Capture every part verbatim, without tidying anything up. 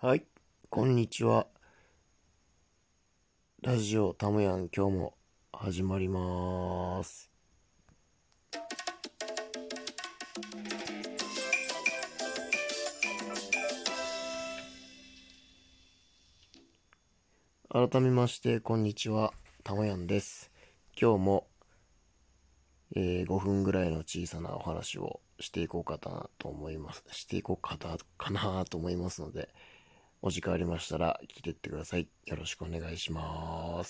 はい、こんにちは。ラジオたむやん、今日も始まります。改めまして、こんにちは。たむやんです。今日も、えーごふんぐらいの小さなお話をしていこうかなと思います。していこうかなかなと思いますので、お時間ありましたら聞いてってください。よろしくお願いします。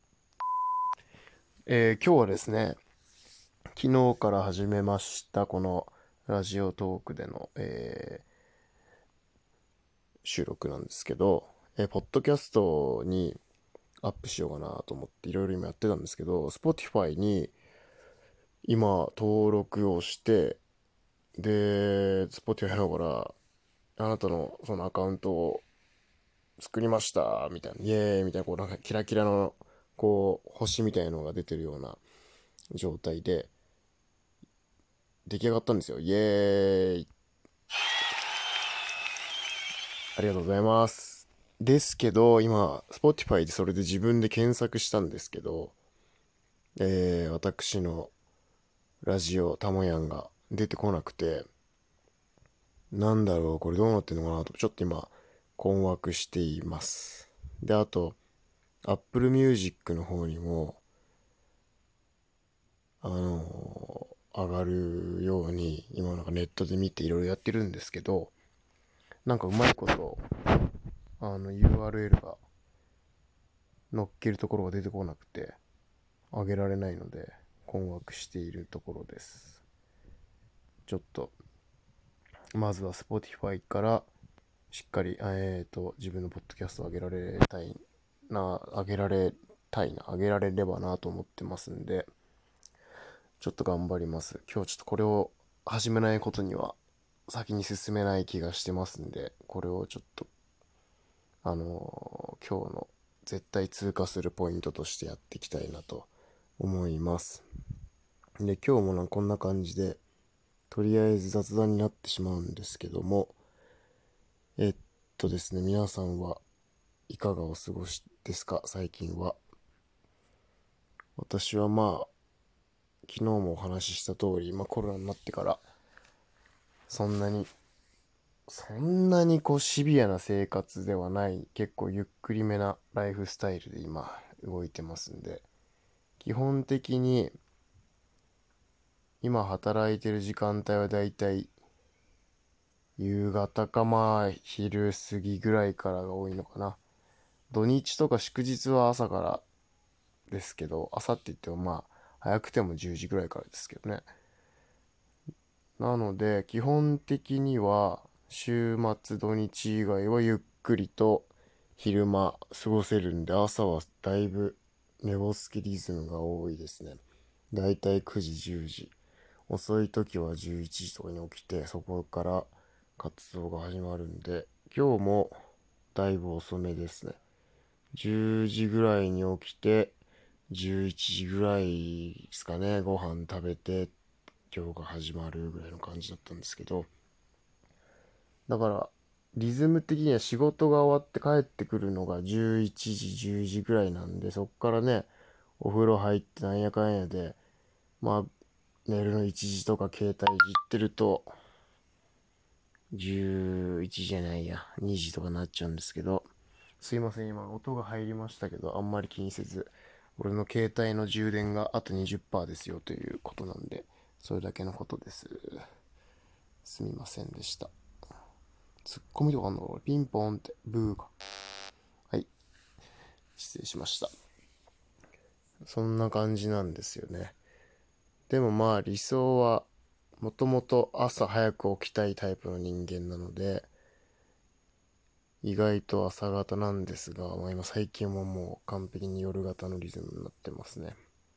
えー今日はですね、昨日から始めましたこのラジオトークでの、えー収録なんですけど、えーポッドキャストにアップしようかなと思っていろいろ今やってたんですけど、Spotify に今登録をして、で、Spotify の方から、あなたのそのアカウントを作りました、みたいな、イエーイみたいな、こうなんかキラキラの、こう、星みたいなのが出てるような状態で、出来上がったんですよ。イエーイ。ありがとうございます。ですけど、今、Spotify でそれで自分で検索したんですけど、えー、私のラジオたもやんが出てこなくて、なんだろう、これどうなってんのかなと、ちょっと今、困惑しています。で、あと、Apple Music の方にも、あのー上がるように、今なんかネットで見ていろいろやってるんですけど、なんかうまいこと、あの ユーアールエル が載っけるところが出てこなくて、上げられないので、困惑しているところです。ちょっと、まずは Spotify からしっかり、えーと、自分のポッドキャストを上げられたいな、上げられたいな、上げられればなと思ってますんで、ちょっと頑張ります。今日ちょっとこれを始めないことには先に進めない気がしてますんで、これをちょっと、あのー今日の絶対通過するポイントとしてやっていきたいなと思います。で、今日もなこんな感じで、とりあえず雑談になってしまうんですけども、えっとですね、皆さんはいかがお過ごしですか、最近は。私はまあ、昨日もお話しした通り、まあコロナになってから、そんなに、そんなにこうシビアな生活ではない、結構ゆっくりめなライフスタイルで今動いてますんで、基本的に今働いてる時間帯はだいたい夕方かまあ昼過ぎぐらいからが多いのかな。土日とか祝日は朝からですけど、朝って言ってもまあ早くてもじゅうじぐらいからですけどね。なので、基本的には、週末土日以外はゆっくりと昼間過ごせるんで、朝はだいぶ寝ぼすけリズムが多いですね。だいたいくじ、じゅうじ。遅い時はじゅういちじとかに起きて、そこから活動が始まるんで、今日もだいぶ遅めですね。じゅうじぐらいに起きて、じゅういちじぐらいですかね、ご飯食べて、今日が始まるぐらいの感じだったんですけど、だからリズム的には仕事が終わって帰ってくるのがじゅういちじじゅうじぐらいなんで、そっからねお風呂入ってなんやかんやで、まあ寝るのいちじとか携帯いじってるとじゅういちじじゃないやにじとかなっちゃうんですけど、すいません、今音が入りましたけどあんまり気にせず、俺の携帯の充電があとにじゅっパーセントですよということなんで、それだけのことです。すみませんでした。ツッコミとかあんの、ピンポンって、ブーか。はい、失礼しました。そんな感じなんですよね。でもまあ理想は、もともと朝早く起きたいタイプの人間なので、意外と朝方なんですが、まあ、今最近はもう完璧に夜型のリズムになってますね。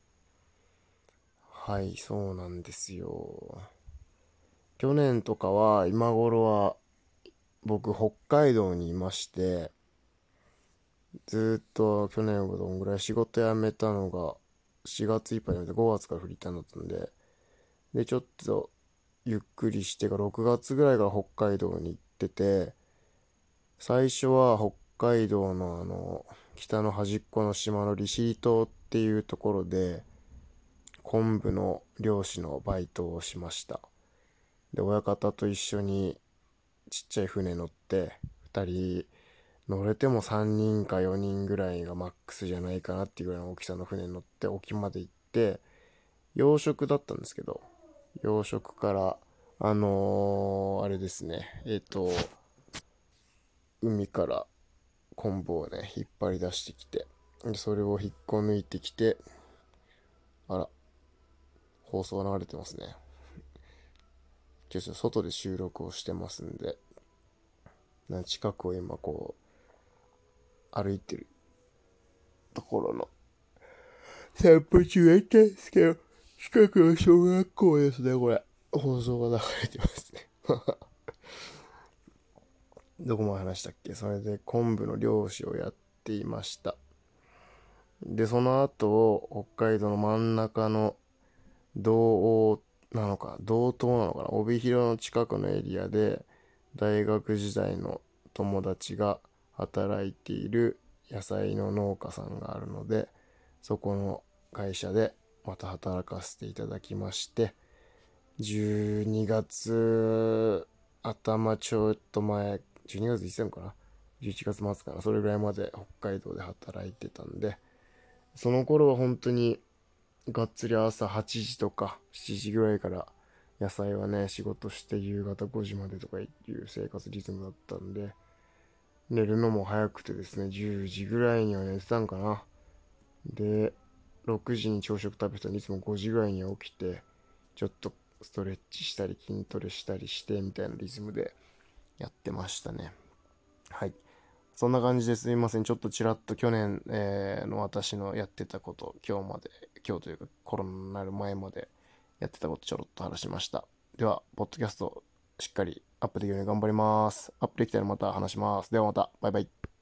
はい、そうなんですよ。去年とかは、今頃は、僕北海道にいまして、ずーっと去年はどんぐらい仕事辞めたのがしがついっぱいで辞めてごがつからフリーターになったんで、で、ちょっとゆっくりしてからろくがつぐらいから北海道に行ってて、 最初は北海道のあの、北の端っこの島の利尻島っていうところで、昆布の漁師のバイトをしました。で、親方と一緒にちっちゃい船乗って、ふたり乗れてもさんにんかよにんぐらいがマックスじゃないかなっていうぐらいの大きさの船に乗って沖まで行って、養殖だったんですけど、養殖からあのーあれですね、えっ、と海から昆布をね引っ張り出してきて、でそれを引っこ抜いてきて、あら、放送流れてますね。ちょっと外で収録をしてますんで、近くを今こう歩いてるところの散歩中やったんですけど、近くの小学校ですね、これ。放送が流れてますね。どこまで話したっけ。それで昆布の漁師をやっていました。で、その後、北海道の真ん中の道央なのか、道東なのかな、帯広の近くのエリアで、大学時代の友達が働いている野菜の農家さんがあるので、そこの会社でまた働かせていただきまして、じゅうにがつ頭ちょっと前、じゅうにがついつなのかな、じゅういちがつ末かな、それぐらいまで北海道で働いてたんで、その頃は本当にがっつり朝はちじとかしちじぐらいから野菜はね仕事して夕方ごじまでとかいう生活リズムだったんで、寝るのも早くてですね、じゅうじぐらいには寝てたんかな。で、ろくじに朝食食べたらいつもごじぐらいには起きて、ちょっとストレッチしたり筋トレしたりしてみたいなリズムでやってましたね。はい。そんな感じですいません。ちょっとちらっと去年、えーの私のやってたこと、今日まで、今日というかコロナになる前までやってたことちょろっと話しました。では、ポッドキャストしっかりアップできるように頑張ります。アップできたらまた話します。ではまた、バイバイ。